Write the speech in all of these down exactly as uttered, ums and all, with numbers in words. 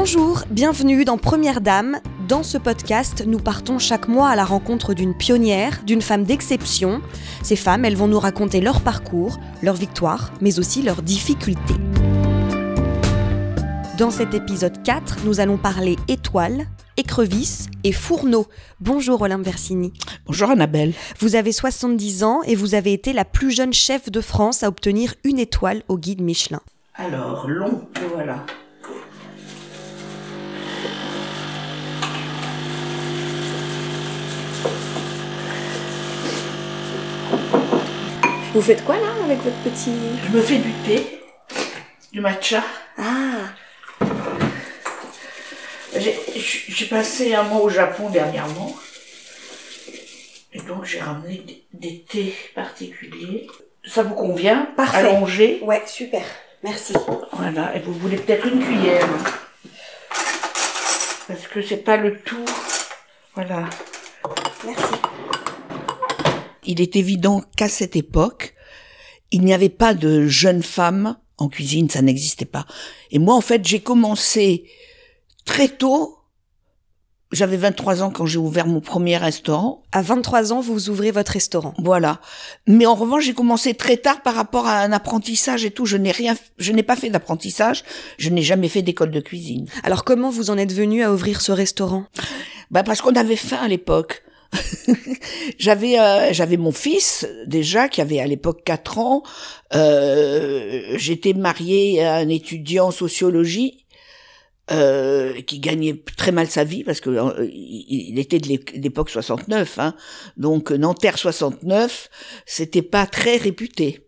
Bonjour, bienvenue dans Première Dame. Dans ce podcast, nous partons chaque mois à la rencontre d'une pionnière, d'une femme d'exception. Ces femmes, elles vont nous raconter leur parcours, leurs victoires, mais aussi leurs difficultés. Dans cet épisode quatre, nous allons parler étoiles, écrevisses et fourneaux. Bonjour Olympe Versini. Bonjour Annabelle. Vous avez soixante-dix ans et vous avez été la plus jeune chef de France à obtenir une étoile au guide Michelin. Alors, long, voilà. Vous faites quoi là avec votre petit... Je me fais du thé, du matcha. Ah. J'ai, j'ai passé un mois au Japon dernièrement. Et donc j'ai ramené des, des thés particuliers. Ça vous convient? Parfait. Allongé. Ouais, super. Merci. Voilà, et vous voulez peut-être une cuillère. Parce que c'est pas le tout. Voilà. Merci. Il est évident qu'à cette époque, il n'y avait pas de jeunes femmes en cuisine, ça n'existait pas. Et moi, en fait, j'ai commencé très tôt. J'avais vingt-trois ans quand j'ai ouvert mon premier restaurant. À vingt-trois ans, vous ouvrez votre restaurant. Voilà. Mais en revanche, j'ai commencé très tard par rapport à un apprentissage et tout. Je n'ai rien, je n'ai pas fait d'apprentissage. Je n'ai jamais fait d'école de cuisine. Alors, comment vous en êtes venu à ouvrir ce restaurant? Bah, parce qu'on avait faim à l'époque. j'avais euh, j'avais mon fils déjà qui avait à l'époque quatre ans. Euh, j'étais mariée à un étudiant en sociologie euh, qui gagnait très mal sa vie parce que euh, il était de l'époque soixante-neuf, hein. Donc Nanterre soixante-neuf, c'était pas très réputé.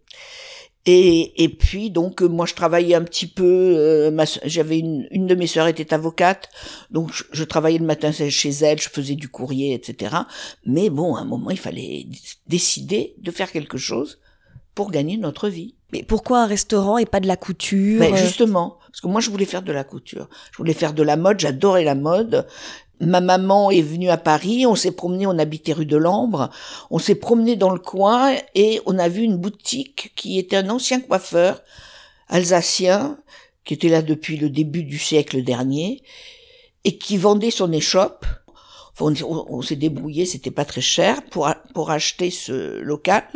Et, et puis donc moi je travaillais un petit peu, euh, ma, j'avais une, une de mes sœurs était avocate, donc je, je travaillais le matin chez elle, je faisais du courrier, et cetera. Mais bon, à un moment il fallait décider de faire quelque chose pour gagner notre vie. Mais pourquoi un restaurant et pas de la couture? Ben justement, parce que moi je voulais faire de la couture, je voulais faire de la mode, j'adorais la mode. Ma maman est venue à Paris, on s'est promené, on habitait rue de l'Ambre, on s'est promené dans le coin et on a vu une boutique qui était un ancien coiffeur alsacien, qui était là depuis le début du siècle dernier, et qui vendait son échoppe. Enfin, on, on, on s'est débrouillé, c'était pas très cher pour, pour acheter ce local.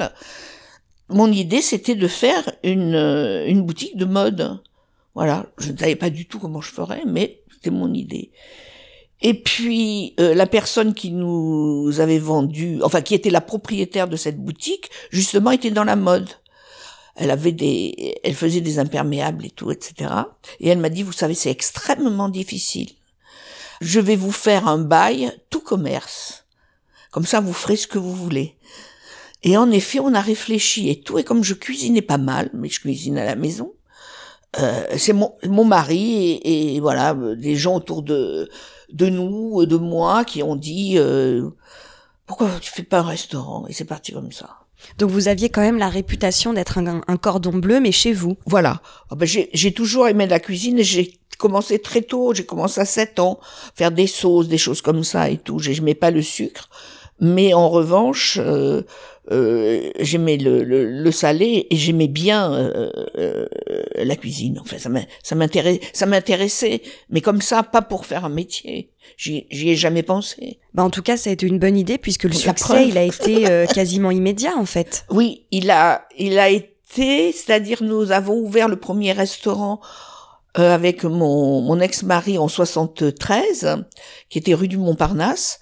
Mon idée, c'était de faire une, une boutique de mode. Voilà, je ne savais pas du tout comment je ferais, mais c'était mon idée. Et puis euh, la personne qui nous avait vendu, enfin qui était la propriétaire de cette boutique, justement était dans la mode. Elle avait des, elle faisait des imperméables et tout, et cetera. Et elle m'a dit, vous savez, c'est extrêmement difficile. Je vais vous faire un bail tout commerce. Comme ça, vous ferez ce que vous voulez. Et en effet, on a réfléchi et tout. Et comme je cuisinais pas mal, mais je cuisine à la maison, euh, c'est mon, mon mari et, et voilà, des gens autour de de nous, de moi, qui ont dit euh, pourquoi tu fais pas un restaurant? Et c'est parti comme ça. Donc vous aviez quand même la réputation d'être un, un cordon bleu, mais chez vous. Voilà. Oh ben j'ai, j'ai toujours aimé la cuisine et j'ai commencé très tôt. J'ai commencé à sept ans, faire des sauces, des choses comme ça et tout. J'aimais pas le sucre, mais en revanche, euh, euh, j'aimais le, le, le salé et j'aimais bien euh, euh, la cuisine. Enfin, ça, ça m'intéressait, ça m'intéressait, mais comme ça, pas pour faire un métier. J'y, j'y ai jamais pensé. Bah en tout cas, ça a été une bonne idée puisque le succès, il a été euh, quasiment immédiat en fait. Oui, il a, il a été, c'est-à-dire nous avons ouvert le premier restaurant euh, avec mon, mon ex-mari en soixante-treize, qui était rue du Montparnasse,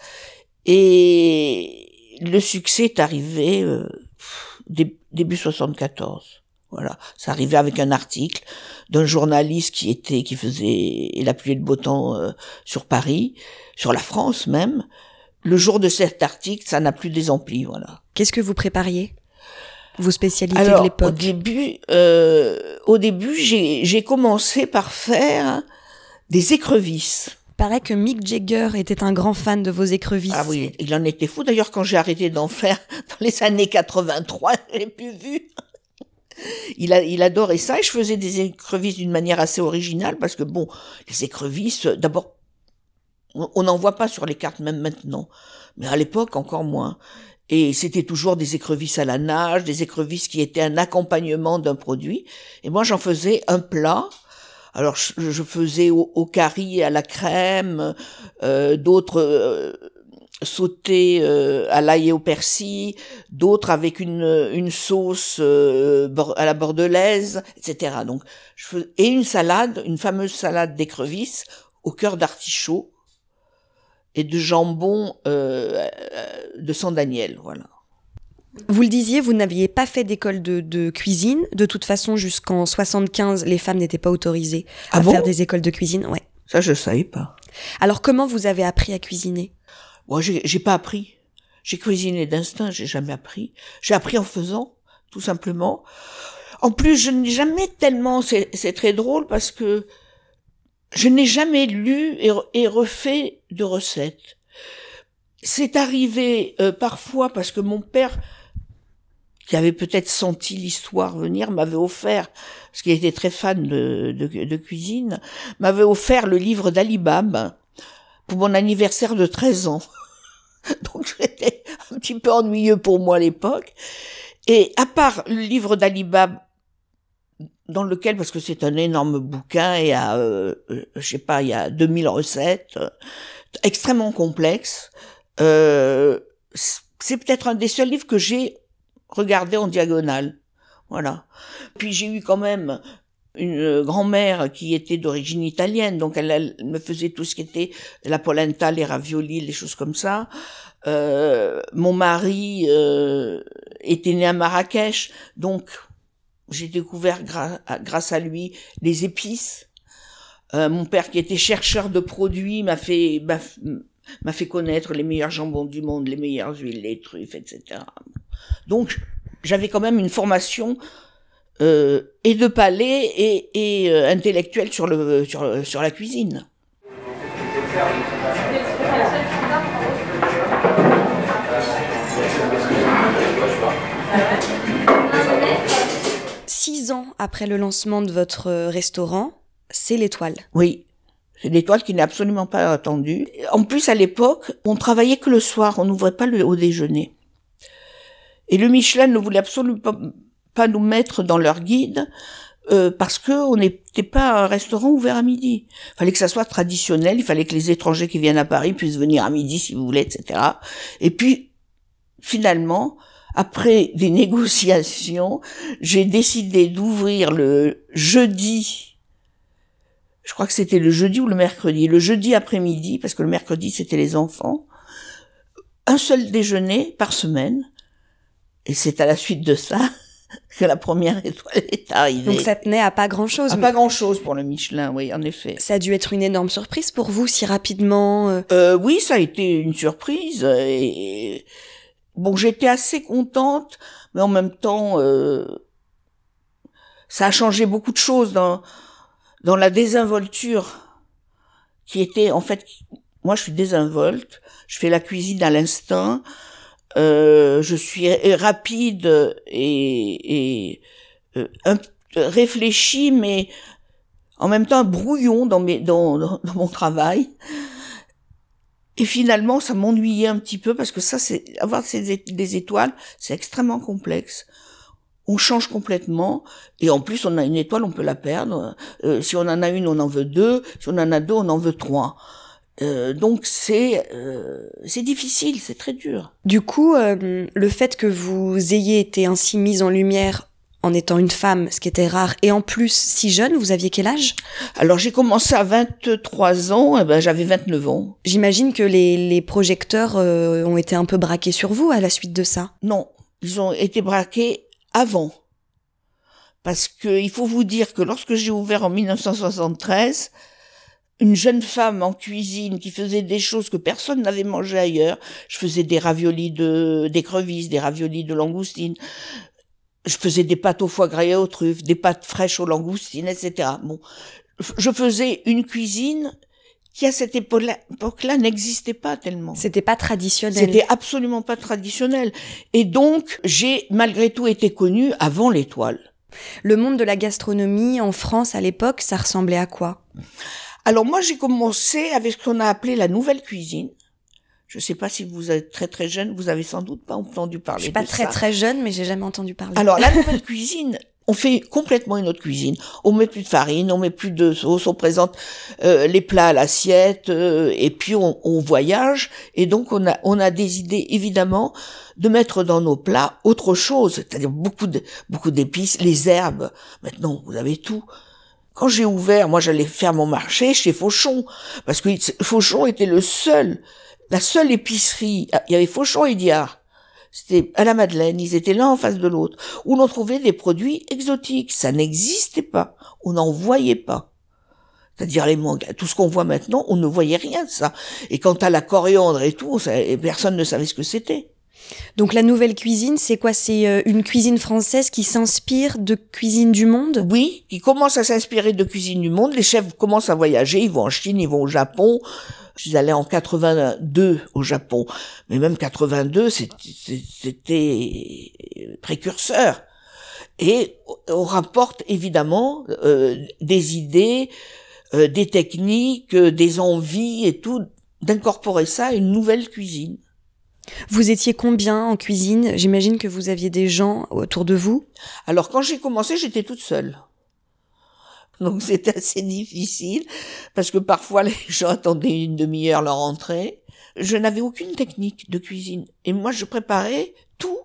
et le succès est arrivé euh, dé, début soixante-quatorze. Voilà, ça arrivait avec un article d'un journaliste qui était qui faisait la pluie et le beau temps euh, sur Paris, sur la France même. Le jour de cet article, ça n'a plus désempli, voilà. Qu'est-ce que vous prépariez? Vos spécialités Alors, de l'époque? Au début, euh, au début, j'ai j'ai commencé par faire des écrevisses. Il paraît que Mick Jagger était un grand fan de vos écrevisses. Ah oui, il en était fou. D'ailleurs, quand j'ai arrêté d'en faire dans les années quatre-vingt-trois, je l'ai plus vu. Il, a, il adorait ça et je faisais des écrevisses d'une manière assez originale parce que bon, les écrevisses, d'abord, on n'en voit pas sur les cartes même maintenant, mais à l'époque encore moins. Et c'était toujours des écrevisses à la nage, des écrevisses qui étaient un accompagnement d'un produit. Et moi, j'en faisais un plat Alors je, je faisais au, au curry à la crème, euh, d'autres euh, sautés euh, à l'ail et au persil, d'autres avec une une sauce euh, à la bordelaise, et cetera. Donc je fais, et une salade, une fameuse salade d'écrevisses au cœur d'artichaut et de jambon euh, de San Daniel, voilà. Vous le disiez, vous n'aviez pas fait d'école de, de cuisine. De toute façon, jusqu'en soixante-quinze, les femmes n'étaient pas autorisées à ah bon faire des écoles de cuisine. Ouais. Ça, je savais pas. Alors, comment vous avez appris à cuisiner ? Moi, j'ai, j'ai pas appris. J'ai cuisiné d'instinct, j'ai jamais appris. J'ai appris en faisant, tout simplement. En plus, je n'ai jamais tellement... C'est, c'est très drôle parce que je n'ai jamais lu et, et refait de recettes. C'est arrivé euh, parfois parce que mon père, qui avait peut-être senti l'histoire venir, m'avait offert, parce qu'il était très fan de, de, de cuisine, m'avait offert le livre d'Alibab pour mon anniversaire de treize ans. Donc c'était un petit peu ennuyeux pour moi à l'époque. Et à part le livre d'Alibab, dans lequel, parce que c'est un énorme bouquin, et à, euh, je sais pas, il y a deux mille recettes, euh, extrêmement complexes, euh, c'est peut-être un des seuls livres que j'ai regardé en diagonale. Voilà. Puis j'ai eu quand même une grand-mère qui était d'origine italienne, donc elle, elle me faisait tout ce qui était la polenta, les raviolis, les choses comme ça. Euh, mon mari euh, était né à Marrakech, donc j'ai découvert gra- grâce à lui les épices. Euh, mon père qui était chercheur de produits m'a fait m'a, m'a fait connaître les meilleurs jambons du monde, les meilleures huiles, les truffes, et cetera. Donc j'avais quand même une formation euh, et de palais et, et euh, intellectuelle sur le sur sur la cuisine. Six ans après le lancement de votre restaurant, c'est l'Étoile. Oui, c'est l'Étoile qui n'est absolument pas attendue. En plus, à l'époque, on travaillait que le soir, on n'ouvrait pas le, au déjeuner. Et le Michelin ne voulait absolument pas, pas nous mettre dans leur guide euh, parce que on n'était pas un restaurant ouvert à midi. Il fallait que ça soit traditionnel, il fallait que les étrangers qui viennent à Paris puissent venir à midi si vous voulez, et cetera. Et puis, finalement, après des négociations, j'ai décidé d'ouvrir le jeudi, je crois que c'était le jeudi ou le mercredi, le jeudi après-midi, parce que le mercredi c'était les enfants, un seul déjeuner par semaine, et c'est à la suite de ça que la première étoile est arrivée. Donc ça tenait à pas grand-chose. À mais... pas grand-chose pour le Michelin, oui, en effet. Ça a dû être une énorme surprise pour vous, si rapidement euh... Euh, oui, ça a été une surprise, et... Bon, j'étais assez contente, mais en même temps, euh, ça a changé beaucoup de choses dans dans la désinvolture qui était, en fait, moi je suis désinvolte, je fais la cuisine à l'instinct, euh, je suis rapide et, et euh, un, réfléchie, mais en même temps un brouillon dans mes dans, dans, dans mon travail. Et finalement, ça m'ennuyait un petit peu parce que ça, c'est avoir ces, des étoiles, c'est extrêmement complexe. On change complètement et en plus, on a une étoile, on peut la perdre. Euh, si on en a une, on en veut deux. Si on en a deux, on en veut trois. Euh, donc c'est euh, c'est difficile, c'est très dur. Du coup, euh, le fait que vous ayez été ainsi mise en lumière en étant une femme, ce qui était rare, et en plus si jeune, vous aviez quel âge ? Alors j'ai commencé à vingt-trois ans, et ben j'avais vingt-neuf ans. J'imagine que les, les projecteurs euh, ont été un peu braqués sur vous à la suite de ça. Non, ils ont été braqués avant. Parce que il faut vous dire que lorsque j'ai ouvert en dix-neuf cent soixante-treize, une jeune femme en cuisine qui faisait des choses que personne n'avait mangé ailleurs, je faisais des raviolis de d'écrevisses, des raviolis de langoustines, je faisais des pâtes au foie gras et aux truffes, des pâtes fraîches aux langoustines, et cetera. Bon, je faisais une cuisine qui à cette époque-là n'existait pas tellement. C'était pas traditionnel. C'était absolument pas traditionnel. Et donc, j'ai malgré tout été connue avant l'Étoile. Le monde de la gastronomie en France à l'époque, ça ressemblait à quoi ? Alors moi, j'ai commencé avec ce qu'on a appelé la nouvelle cuisine. Je sais pas si vous êtes très très jeune, vous avez sans doute pas entendu parler de ça. Je suis pas très ça. très jeune, mais j'ai jamais entendu parler. Alors la nouvelle cuisine, on fait complètement une autre cuisine. On met plus de farine, on met plus de sauce, on présente euh, les plats à l'assiette, euh, et puis on, on voyage. Et donc on a on a des idées évidemment de mettre dans nos plats autre chose, c'est-à-dire beaucoup de beaucoup d'épices, les herbes. Maintenant vous avez tout. Quand j'ai ouvert, moi j'allais faire mon marché chez Fauchon, parce que Fauchon était le seul, la seule épicerie. Il y avait Fauchon et Diard. C'était à la Madeleine, ils étaient l'un en face de l'autre, où l'on trouvait des produits exotiques. Ça n'existait pas, on n'en voyait pas. C'est-à-dire les mangas, tout ce qu'on voit maintenant, on ne voyait rien de ça. Et quant à la coriandre et tout, ça, personne ne savait ce que c'était. Donc la nouvelle cuisine, c'est quoi? C'est une cuisine française qui s'inspire de cuisine du monde? Oui, qui commence à s'inspirer de cuisine du monde. Les chefs commencent à voyager, ils vont en Chine, ils vont au Japon. Je suis allée en quatre-vingt-deux au Japon, mais même quatre-vingt-deux, c'était précurseur. Et on rapporte évidemment euh, des idées, euh, des techniques, euh, des envies et tout, d'incorporer ça à une nouvelle cuisine. Vous étiez combien en cuisine? J'imagine que vous aviez des gens autour de vous. Alors quand j'ai commencé, j'étais toute seule. Donc c'était assez difficile, parce que parfois les gens attendaient une demi-heure leur entrée. Je n'avais aucune technique de cuisine. Et moi, je préparais tout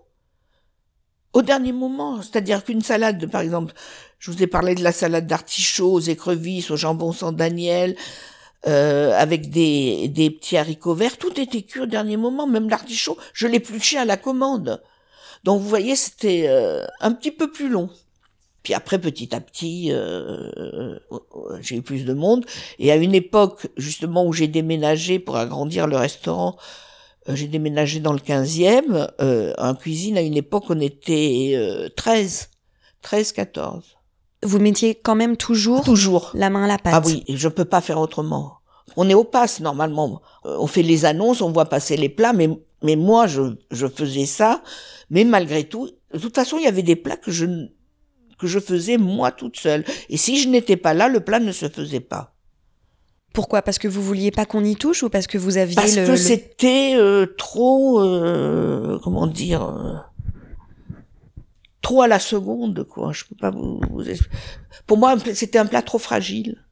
au dernier moment. C'est-à-dire qu'une salade, par exemple, je vous ai parlé de la salade d'artichauts aux écrevisses, au jambon sans Daniel, euh, avec des, des petits haricots verts. Tout était cuit au dernier moment. Même l'artichaut, je l'épluchais à la commande. Donc vous voyez, c'était euh, un petit peu plus long. Puis après, petit à petit, euh, j'ai eu plus de monde. Et à une époque, justement, où j'ai déménagé pour agrandir le restaurant, euh, j'ai déménagé dans le quinzième. Euh, en cuisine, à une époque, on était euh, treize, treize, quatorze. Vous mettiez quand même toujours, toujours la main à la pâte? Ah oui, je peux pas faire autrement. On est au passe, normalement. Euh, on fait les annonces, on voit passer les plats, mais, mais moi, je, je faisais ça. Mais malgré tout, de toute façon, il y avait des plats que je que je faisais moi toute seule. Et si je n'étais pas là, le plat ne se faisait pas. Pourquoi? Parce que vous vouliez pas qu'on y touche ou parce que vous aviez parce le... que le... c'était euh, trop, euh, comment dire, euh, trop à la seconde, quoi. Je peux pas vous, vous expliquer. Pour moi, c'était un plat trop fragile.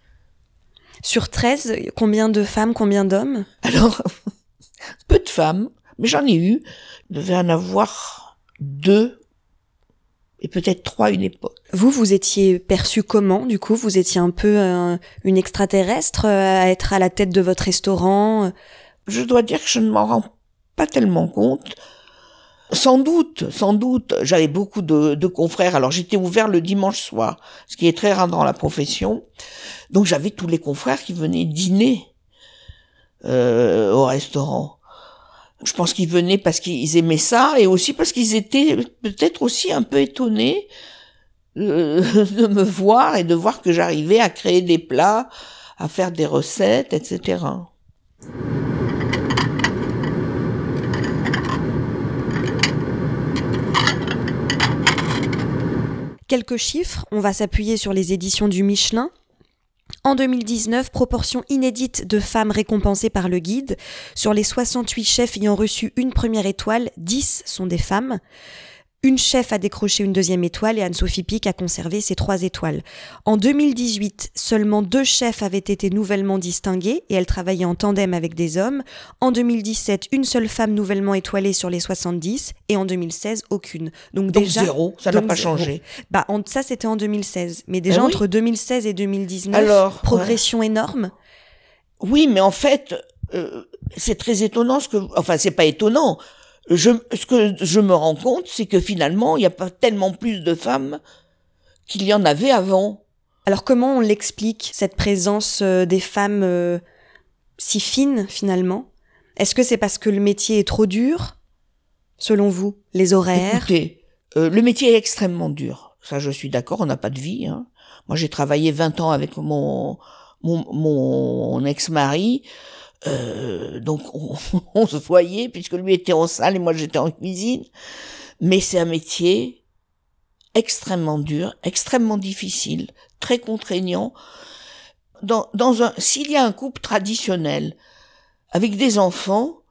Sur treize, combien de femmes, combien d'hommes? Alors, peu de femmes, mais j'en ai eu. Il devait en avoir deux. Et peut-être trois à une époque. Vous, vous étiez perçu comment, du coup? Vous étiez un peu euh, une extraterrestre euh, à être à la tête de votre restaurant? Je dois dire que je ne m'en rends pas tellement compte. Sans doute, sans doute. J'avais beaucoup de, de confrères. Alors j'étais ouvert le dimanche soir, ce qui est très rare dans la profession. Donc j'avais tous les confrères qui venaient dîner euh, au restaurant. Je pense qu'ils venaient parce qu'ils aimaient ça et aussi parce qu'ils étaient peut-être aussi un peu étonnés euh, de me voir et de voir que j'arrivais à créer des plats, à faire des recettes, et cetera. Quelques chiffres, on va s'appuyer sur les éditions du Michelin. En deux mille dix-neuf, proportion inédite de femmes récompensées par le guide. Sur les soixante-huit chefs ayant reçu une première étoile, dix sont des femmes. Une chef a décroché une deuxième étoile et Anne-Sophie Pic a conservé ses trois étoiles. En deux mille dix-huit, seulement deux chefs avaient été nouvellement distingués et elles travaillaient en tandem avec des hommes. En deux mille dix-sept, une seule femme nouvellement étoilée sur les soixante-dix et en deux mille seize, aucune. Donc, donc déjà, zéro, ça n'a pas zéro. changé. Bah, en, ça c'était en deux mille seize. Mais déjà ah oui. entre deux mille seize et deux mille dix-neuf, Alors, progression ouais. énorme. Oui, mais en fait, euh, c'est très étonnant ce que... Enfin, c'est pas étonnant. Je, ce que je me rends compte, c'est que finalement, il n'y a pas tellement plus de femmes qu'il y en avait avant. Alors comment on l'explique, cette présence euh, des femmes euh, si fines finalement? Est-ce que c'est parce que le métier est trop dur, selon vous? Les horaires? Écoutez, euh, le métier est extrêmement dur. Ça, je suis d'accord, on n'a pas de vie. Hein. Moi, j'ai travaillé vingt ans avec mon, mon, mon ex-mari. Euh, donc on, on se voyait puisque lui était en salle et moi j'étais en cuisine, mais c'est un métier extrêmement dur, extrêmement difficile, très contraignant. Dans, dans un, s'il y a un couple traditionnel avec des enfants,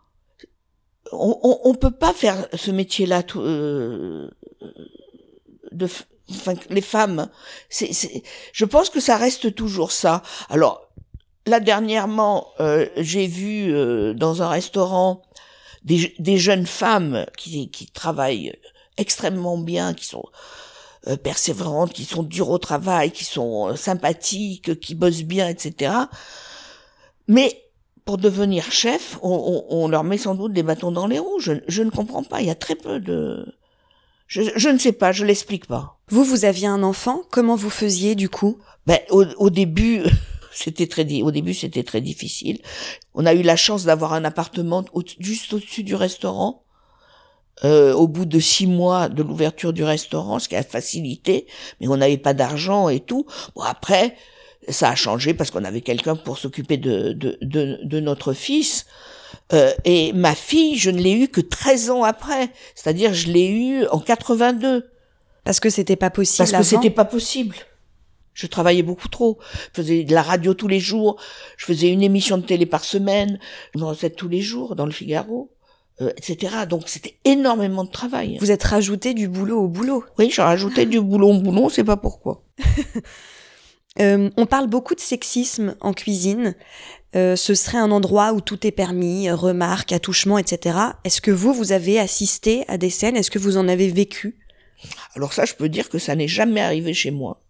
on, on, on peut pas faire ce métier-là tout, euh, de, enfin, les femmes, c'est, c'est, je pense que ça reste toujours ça. Alors, là, dernièrement, euh, j'ai vu euh, dans un restaurant des, des jeunes femmes qui, qui travaillent extrêmement bien, qui sont euh, persévérantes, qui sont dures au travail, qui sont euh, sympathiques, qui bossent bien, et cetera. Mais pour devenir chef, on, on, on leur met sans doute des bâtons dans les roues. Je, je ne comprends pas. Il y a très peu de... Je, je ne sais pas, je l'explique pas. Vous, vous aviez un enfant. Comment vous faisiez, du coup? Ben, au, au début, c'était très, au début, c'était très difficile. On a eu la chance d'avoir un appartement au, juste au-dessus du restaurant. Euh, au bout de six mois de l'ouverture du restaurant, ce qui a facilité, mais on n'avait pas d'argent et tout. Bon, après, ça a changé parce qu'on avait quelqu'un pour s'occuper de, de, de, de notre fils. Euh, et ma fille, je ne l'ai eue que treize ans après. C'est-à-dire, je l'ai eue en quatre-vingt-deux. Parce que c'était pas possible Parce que avant. c'était pas possible. Je travaillais beaucoup trop. Je faisais de la radio tous les jours. Je faisais une émission de télé par semaine. Je me recette tous les jours dans le Figaro, euh, et cetera. Donc, c'était énormément de travail. Vous êtes rajouté du boulot au boulot. Oui, j'ai rajouté du boulot au boulot, on sait pas pourquoi. Euh, on parle beaucoup de sexisme en cuisine. Euh, ce serait un endroit où tout est permis, remarques, attouchements, et cetera. Est-ce que vous, vous avez assisté à des scènes? Est-ce que vous en avez vécu? Alors ça, je peux dire que ça n'est jamais arrivé chez moi.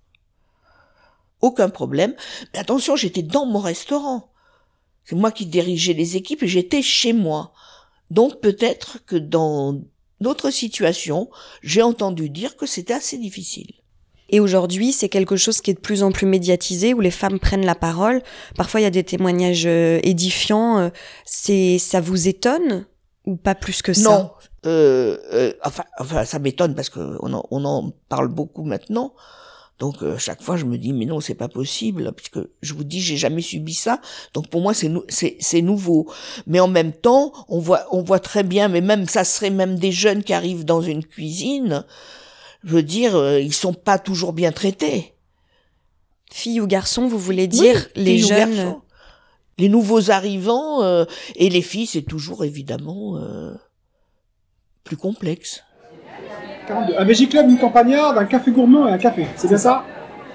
Aucun problème. Mais attention, j'étais dans mon restaurant. C'est moi qui dirigeais les équipes et j'étais chez moi. Donc peut-être que dans d'autres situations, j'ai entendu dire que c'était assez difficile. Et aujourd'hui, c'est quelque chose qui est de plus en plus médiatisé, où les femmes prennent la parole. Parfois, il y a des témoignages euh, édifiants. Euh, c'est, ça vous étonne ou pas plus que ça? Non, euh, euh, enfin, enfin, ça m'étonne parce que on en, on en parle beaucoup maintenant. Donc euh, chaque fois, je me dis mais non, c'est pas possible, puisque je vous dis, j'ai jamais subi ça. Donc pour moi, c'est nou- c'est, c'est nouveau. Mais en même temps, on voit, on voit très bien. Mais même ça serait même des jeunes qui arrivent dans une cuisine. Je veux dire, euh, ils sont pas toujours bien traités. Filles ou garçons, vous voulez dire Oui, les filles ou jeunes garçons. Les nouveaux arrivants, euh, et les filles, c'est toujours évidemment euh, plus complexe. quarante-deux. Un Veggie Club, une campagnarde, un café gourmand et un café. C'est bien ça?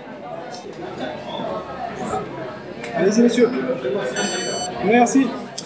Allez-y, monsieur. Merci.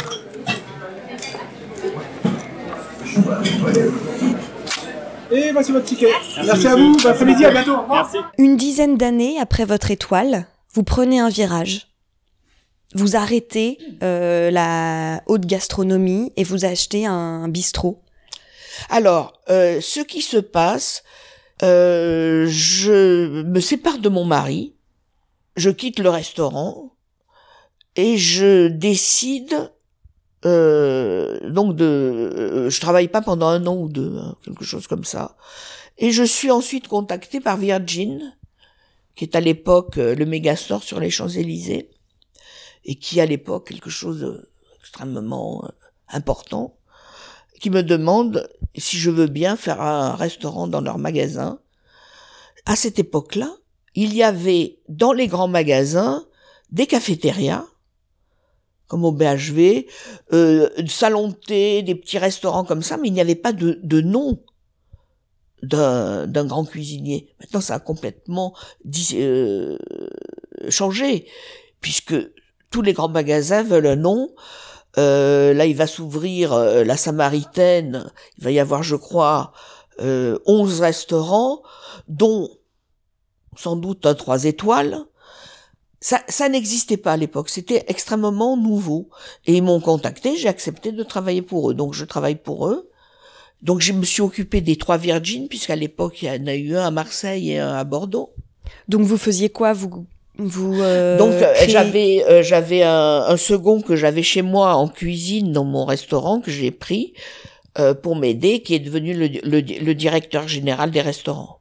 Et voici votre ticket. Merci, Merci à vous. Bon après-midi, à bientôt. Au revoir. Merci. Une dizaine d'années après votre étoile, vous prenez un virage. Vous arrêtez euh, la haute gastronomie et vous achetez un bistrot. Alors, euh, ce qui se passe, euh, je me sépare de mon mari, je quitte le restaurant et je décide euh, donc de, euh, je travaille pas pendant un an ou deux, hein, quelque chose comme ça, et je suis ensuite contactée par Virgin, qui est à l'époque euh, le Megastore sur les Champs-Élysées et qui à l'époque quelque chose d'extrêmement euh, important, qui me demande si je veux bien faire un restaurant dans leur magasin. À cette époque-là, il y avait dans les grands magasins des cafétérias, comme au B H V, euh, salons de thé, des petits restaurants comme ça, mais il n'y avait pas de, de nom d'un, d'un grand cuisinier. Maintenant, ça a complètement euh, changé, puisque tous les grands magasins veulent un nom. Euh, là, il va s'ouvrir euh, la Samaritaine. Il va y avoir, je crois, euh, onze restaurants, dont sans doute un trois étoiles. Ça, ça n'existait pas à l'époque. C'était extrêmement nouveau. Et ils m'ont contacté. J'ai accepté de travailler pour eux. Donc, je travaille pour eux. Donc, je me suis occupée des trois Virgin, puisqu'à l'époque, il y en a eu un à Marseille et un à Bordeaux. Donc, vous faisiez quoi, vous Vous euh, Donc euh, créez... j'avais euh, j'avais un, un second que j'avais chez moi en cuisine dans mon restaurant que j'ai pris euh, pour m'aider, qui est devenu le, le, le directeur général des restaurants.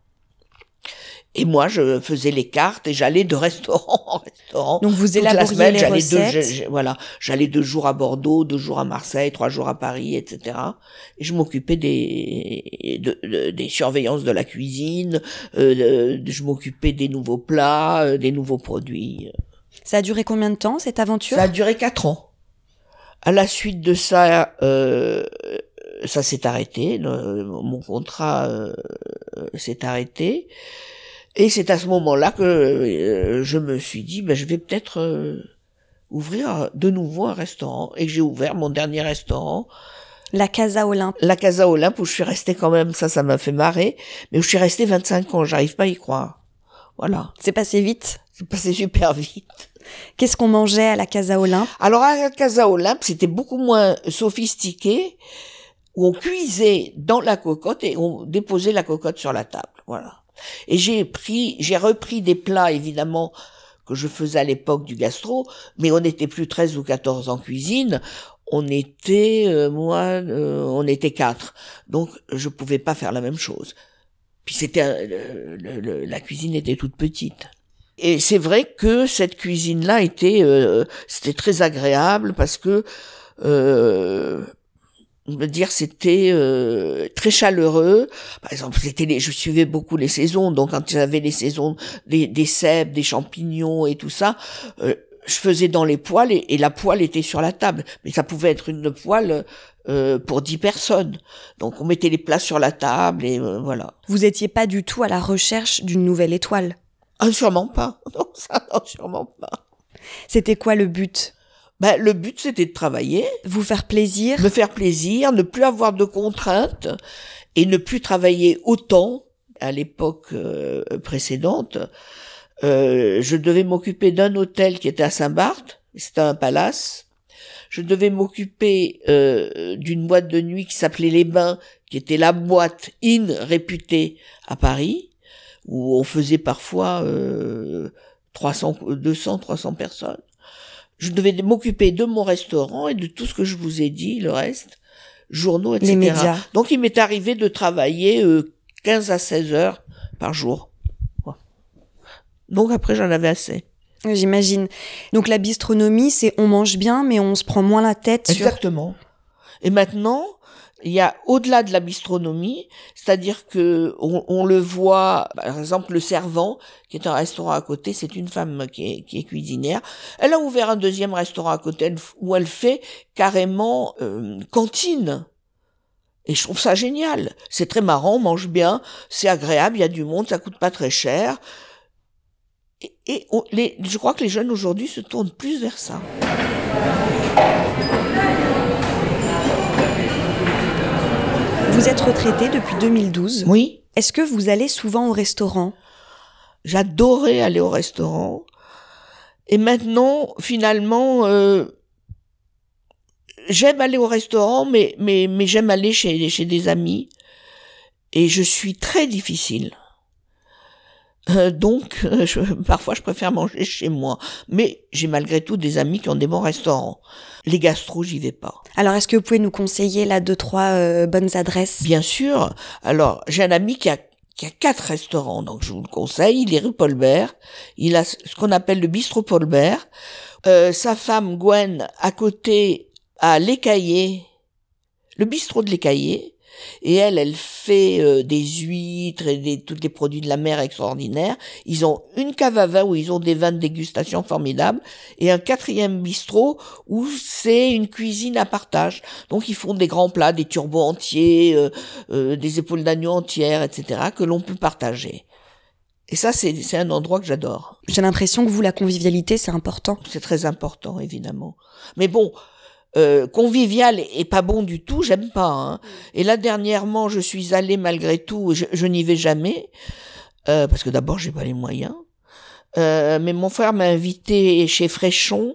Et moi, je faisais les cartes et j'allais de restaurant en restaurant. Donc vous toute élaboriez la semaine, les j'allais recettes. deux, je, je, voilà, j'allais deux jours à Bordeaux, deux jours à Marseille, trois jours à Paris, et cetera. Et je m'occupais des de, de, des surveillances de la cuisine, euh, de, je m'occupais des nouveaux plats, euh, des nouveaux produits. Ça a duré combien de temps, cette aventure? Ça a duré quatre ans. À la suite de ça, euh, ça s'est arrêté. Le, mon contrat euh, s'est arrêté. Et c'est à ce moment-là que euh, je me suis dit, ben, je vais peut-être euh, ouvrir de nouveau un restaurant. Et que j'ai ouvert mon dernier restaurant. La Casa Olympe. La Casa Olympe, où je suis restée quand même, ça, ça m'a fait marrer, mais où je suis restée vingt-cinq ans, j'arrive pas à y croire. Voilà. C'est passé vite. C'est passé super vite. Qu'est-ce qu'on mangeait à la Casa Olympe? Alors, à la Casa Olympe, c'était beaucoup moins sophistiqué, où on cuisait dans la cocotte et on déposait la cocotte sur la table. Voilà. Et j'ai pris, j'ai repris des plats, évidemment, que je faisais à l'époque du gastro, mais on n'était plus treize ou quatorze en cuisine, on était, euh, moi, euh, on était quatre. Donc, je pouvais pas faire la même chose. Puis c'était, euh, le, le, la cuisine était toute petite. Et c'est vrai que cette cuisine-là était, euh, c'était très agréable parce que, euh, je veux dire, c'était euh, très chaleureux. Par exemple, c'était les, je suivais beaucoup les saisons, donc quand il y avait les saisons des, des cèpes, des champignons et tout ça, euh, je faisais dans les poêles et, et la poêle était sur la table. Mais ça pouvait être une poêle euh, pour dix personnes. Donc on mettait les plats sur la table et euh, voilà. Vous étiez pas du tout à la recherche d'une nouvelle étoile? Ah, sûrement pas. Non, ça, non, sûrement pas. C'était quoi le but? Ben, le but, c'était de travailler. Vous faire plaisir? Me faire plaisir, ne plus avoir de contraintes et ne plus travailler autant. À l'époque euh, précédente, euh, je devais m'occuper d'un hôtel qui était à Saint-Barth, c'était un palace. Je devais m'occuper euh, d'une boîte de nuit qui s'appelait Les Bains, qui était la boîte in réputée à Paris, où on faisait parfois euh, trois cents, deux cents, trois cents personnes. Je devais m'occuper de mon restaurant et de tout ce que je vous ai dit, le reste, journaux, et cetera. Les médias. Donc, il m'est arrivé de travailler euh, quinze à seize heures par jour. Donc, après, j'en avais assez. J'imagine. Donc, la bistronomie, c'est on mange bien, mais on se prend moins la tête sur... Exactement. Et maintenant, il y a au-delà de la bistronomie, c'est-à-dire que on, on le voit, par exemple, le servant, qui est un restaurant à côté, c'est une femme qui est, qui est cuisinière. Elle a ouvert un deuxième restaurant à côté où elle fait carrément euh, cantine. Et je trouve ça génial. C'est très marrant, on mange bien, c'est agréable, il y a du monde, ça coûte pas très cher. Et, et on, les, je crois que les jeunes aujourd'hui se tournent plus vers ça. Vous êtes retraité depuis deux mille douze. Oui. Est-ce que vous allez souvent au restaurant? J'adorais aller au restaurant. Et maintenant, finalement, euh, j'aime aller au restaurant, mais, mais, mais j'aime aller chez, chez des amis. Et je suis très difficile. Euh, donc, euh, je, parfois, je préfère manger chez moi. Mais j'ai malgré tout des amis qui ont des bons restaurants. Les gastros, j'y vais pas. Alors, est-ce que vous pouvez nous conseiller là deux, trois euh, bonnes adresses? Bien sûr. Alors, j'ai un ami qui a qui a quatre restaurants, donc je vous le conseille. Il est rue Paul-Bert. Il a ce qu'on appelle le bistrot Paul-Bert. Euh, sa femme Gwen, à côté, à l'Écaillé, le bistrot de l'Écaillé. Et elle, elle fait euh, des huîtres et des, tous les produits de la mer extraordinaires. Ils ont une cave à vin où ils ont des vins de dégustation formidables et un quatrième bistrot où c'est une cuisine à partage. Donc ils font des grands plats, des turbos entiers, euh, euh, des épaules d'agneau entières, et cetera que l'on peut partager. Et ça, c'est, c'est un endroit que j'adore. J'ai l'impression que vous, la convivialité, c'est important. C'est très important, évidemment. Mais bon... Euh, convivial et pas bon du tout, j'aime pas. Hein. Et là, dernièrement, je suis allée malgré tout, je, je n'y vais jamais, euh, parce que d'abord, j'ai pas les moyens. Euh, mais mon frère m'a invité chez Fréchon,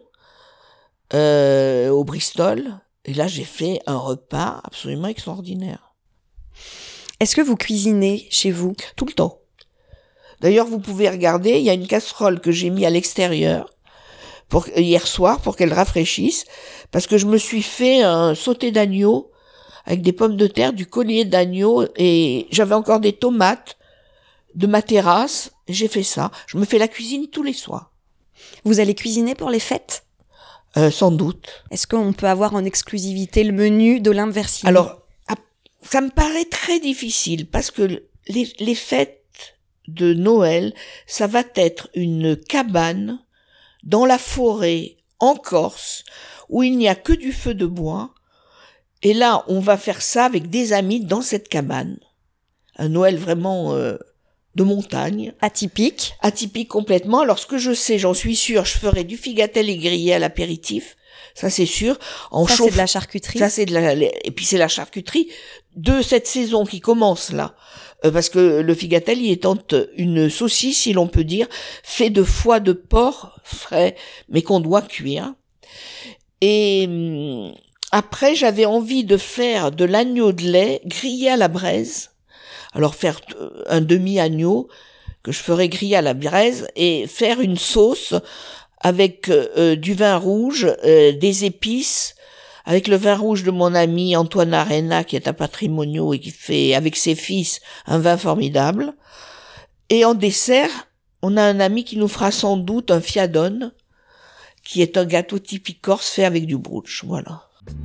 euh, au Bristol, et là, j'ai fait un repas absolument extraordinaire. Est-ce que vous cuisinez chez vous? Tout le temps. D'ailleurs, vous pouvez regarder, il y a une casserole que j'ai mis à l'extérieur, pour, hier soir, pour qu'elle rafraîchisse, parce que je me suis fait un sauté d'agneau avec des pommes de terre, du collier d'agneau, et j'avais encore des tomates de ma terrasse, j'ai fait ça. Je me fais la cuisine tous les soirs. Vous allez cuisiner pour les fêtes? Euh, sans doute. Est-ce qu'on peut avoir en exclusivité le menu d'Olympe Versini? Alors, ça me paraît très difficile, parce que les, les fêtes de Noël, ça va être une cabane dans la forêt, en Corse, où il n'y a que du feu de bois, et là, on va faire ça avec des amis dans cette cabane, un Noël vraiment euh, de montagne. Atypique. Atypique complètement. Alors ce que je sais, j'en suis sûre, je ferai du figatelli grillé à l'apéritif. Ça c'est sûr. En ça chauffe... c'est de la charcuterie. Ça c'est de la, et puis c'est la charcuterie de cette saison qui commence là, euh, parce que le figatelli étant une saucisse, si l'on peut dire, fait de foie de porc frais, mais qu'on doit cuire. Et hum, après j'avais envie de faire de l'agneau de lait grillé à la braise. Alors faire un demi-agneau que je ferais griller à la braise et faire une sauce avec euh, du vin rouge, euh, des épices, avec le vin rouge de mon ami Antoine Arena, qui est un patrimonio et qui fait, avec ses fils, un vin formidable. Et en dessert, on a un ami qui nous fera sans doute un fiadone, qui est un gâteau typique corse fait avec du brooch, voilà.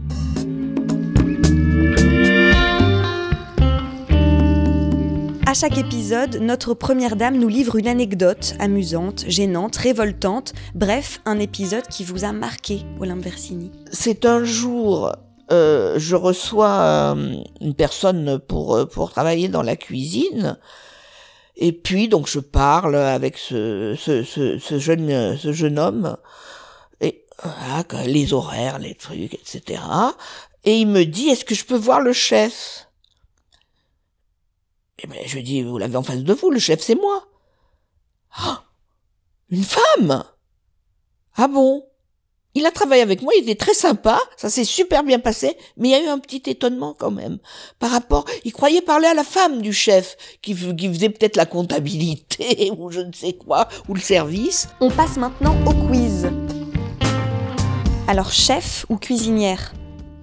À chaque épisode, notre première dame nous livre une anecdote amusante, gênante, révoltante, bref, un épisode qui vous a marqué, Olympe Versini. C'est un jour, euh, je reçois euh, une personne pour pour travailler dans la cuisine, et puis donc je parle avec ce ce ce, ce jeune ce jeune homme, et voilà, les horaires, les trucs, et cetera. Et il me dit, est-ce que je peux voir le chef? Eh ben, je lui dis, vous l'avez en face de vous, le chef, c'est moi. Ah, une femme? Ah bon? Il a travaillé avec moi, il était très sympa, ça s'est super bien passé, mais il y a eu un petit étonnement quand même. Par rapport, il croyait parler à la femme du chef, qui, qui faisait peut-être la comptabilité, ou je ne sais quoi, ou le service. On passe maintenant au quiz. Alors, chef ou cuisinière?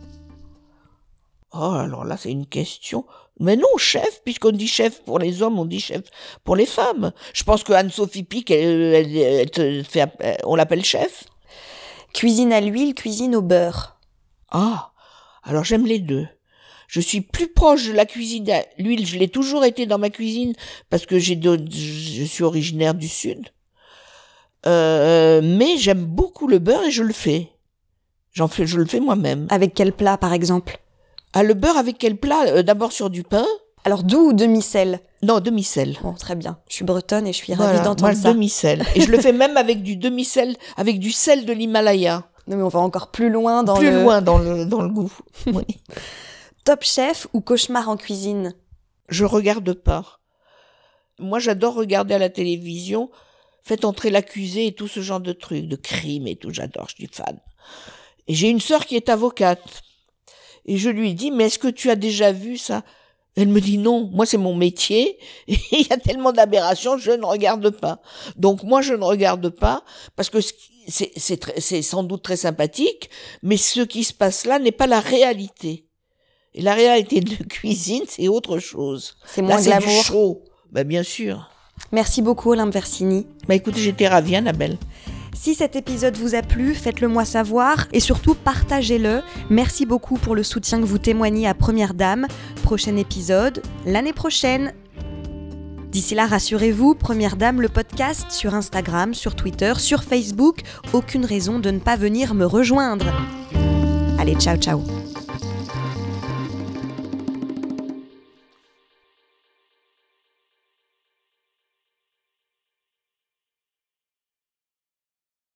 Oh, alors là, c'est une question... Mais non, chef, puisqu'on dit chef pour les hommes, on dit chef pour les femmes. Je pense que Anne-Sophie Pic, elle, elle, elle te fait, on l'appelle chef. Cuisine à l'huile, cuisine au beurre. Ah, alors j'aime les deux. Je suis plus proche de la cuisine à l'huile, je l'ai toujours été dans ma cuisine, parce que j'ai de, je suis originaire du Sud. Euh, mais j'aime beaucoup le beurre et je le fais. J'en fais, je le fais moi-même. Avec quel plat, par exemple? Ah, le beurre avec quel plat? euh, D'abord sur du pain. Alors, doux ou demi-sel? Non, demi-sel. Bon, très bien. Je suis bretonne et je suis Voilà, ravie d'entendre moi, ça. demi-sel. Et je le fais même avec du demi-sel, avec du sel de l'Himalaya. Non, mais on va encore plus loin dans plus le... Plus loin dans le, dans le goût. Oui. Top Chef ou cauchemar en cuisine? Je regarde pas. Moi, j'adore regarder à la télévision, faites entrer l'accusé et tout ce genre de trucs, de crimes et tout, j'adore, je suis fan. Et j'ai une sœur qui est avocate. Et je lui dis, mais est-ce que tu as déjà vu ça? Elle me dit non, moi c'est mon métier, et il y a tellement d'aberrations, je ne regarde pas. Donc moi je ne regarde pas, parce que c'est, c'est, très, c'est sans doute très sympathique, mais ce qui se passe là n'est pas la réalité. Et la réalité de cuisine, c'est autre chose. C'est moins là, glamour. C'est du chaud. Ben, bien sûr. Merci beaucoup Olympe Versini. Bah écoutez, j'étais ravie, Annabelle. Si cet épisode vous a plu, faites-le moi savoir et surtout partagez-le. Merci beaucoup pour le soutien que vous témoignez à Première Dame. Prochain épisode, l'année prochaine. D'ici là, rassurez-vous, Première Dame, le podcast sur Instagram, sur Twitter, sur Facebook. Aucune raison de ne pas venir me rejoindre. Allez, ciao, ciao.